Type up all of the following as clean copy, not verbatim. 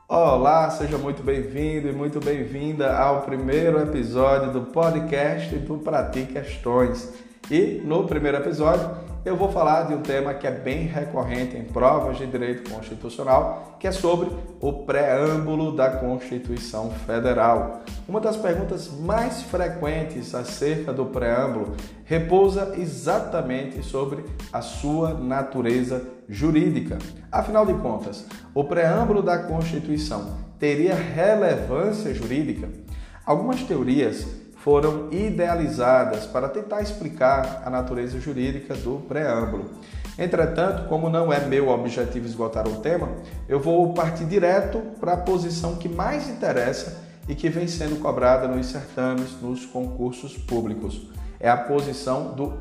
Olá, seja muito bem-vindo e muito bem-vinda ao primeiro episódio do podcast do Prati Questões. E no primeiro episódio eu vou falar de um tema que é bem recorrente em provas de direito constitucional, que é sobre o preâmbulo da Constituição Federal. Uma das perguntas mais frequentes acerca do preâmbulo repousa exatamente sobre a sua natureza jurídica. Afinal de contas, o preâmbulo da Constituição teria relevância jurídica? Algumas teorias foram idealizadas para tentar explicar a natureza jurídica do preâmbulo. Entretanto, como não é meu objetivo esgotar o tema, eu vou partir direto para a posição que mais interessa e que vem sendo cobrada nos certames, nos concursos públicos. É a posição do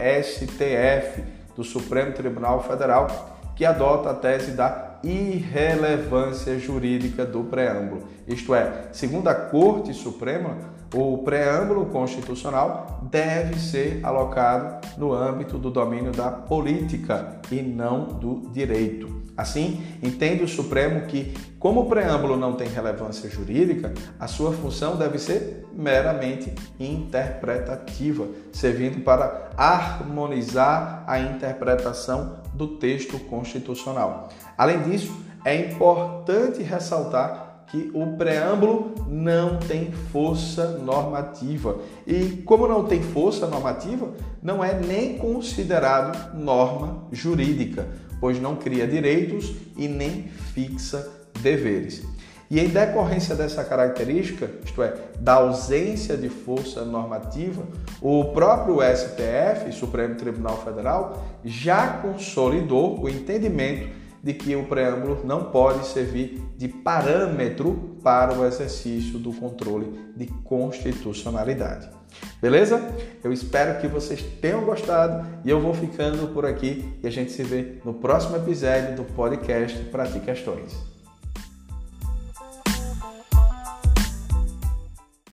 STF, do Supremo Tribunal Federal, que adota a tese da irrelevância jurídica do preâmbulo. Isto é, segundo a Corte Suprema, o preâmbulo constitucional deve ser alocado no âmbito do domínio da política e não do direito. Assim, entende o Supremo que, como o preâmbulo não tem relevância jurídica, a sua função deve ser meramente interpretativa, servindo para harmonizar a interpretação do texto constitucional. Além disso, é importante ressaltar que o preâmbulo não tem força normativa. E como não tem força normativa, não é nem considerado norma jurídica, pois não cria direitos e nem fixa deveres. E em decorrência dessa característica, isto é, da ausência de força normativa, o próprio STF, Supremo Tribunal Federal, já consolidou o entendimento de que o preâmbulo não pode servir de parâmetro para o exercício do controle de constitucionalidade. Beleza? Eu espero que vocês tenham gostado e eu vou ficando por aqui e a gente se vê no próximo episódio do podcast Prati Questões.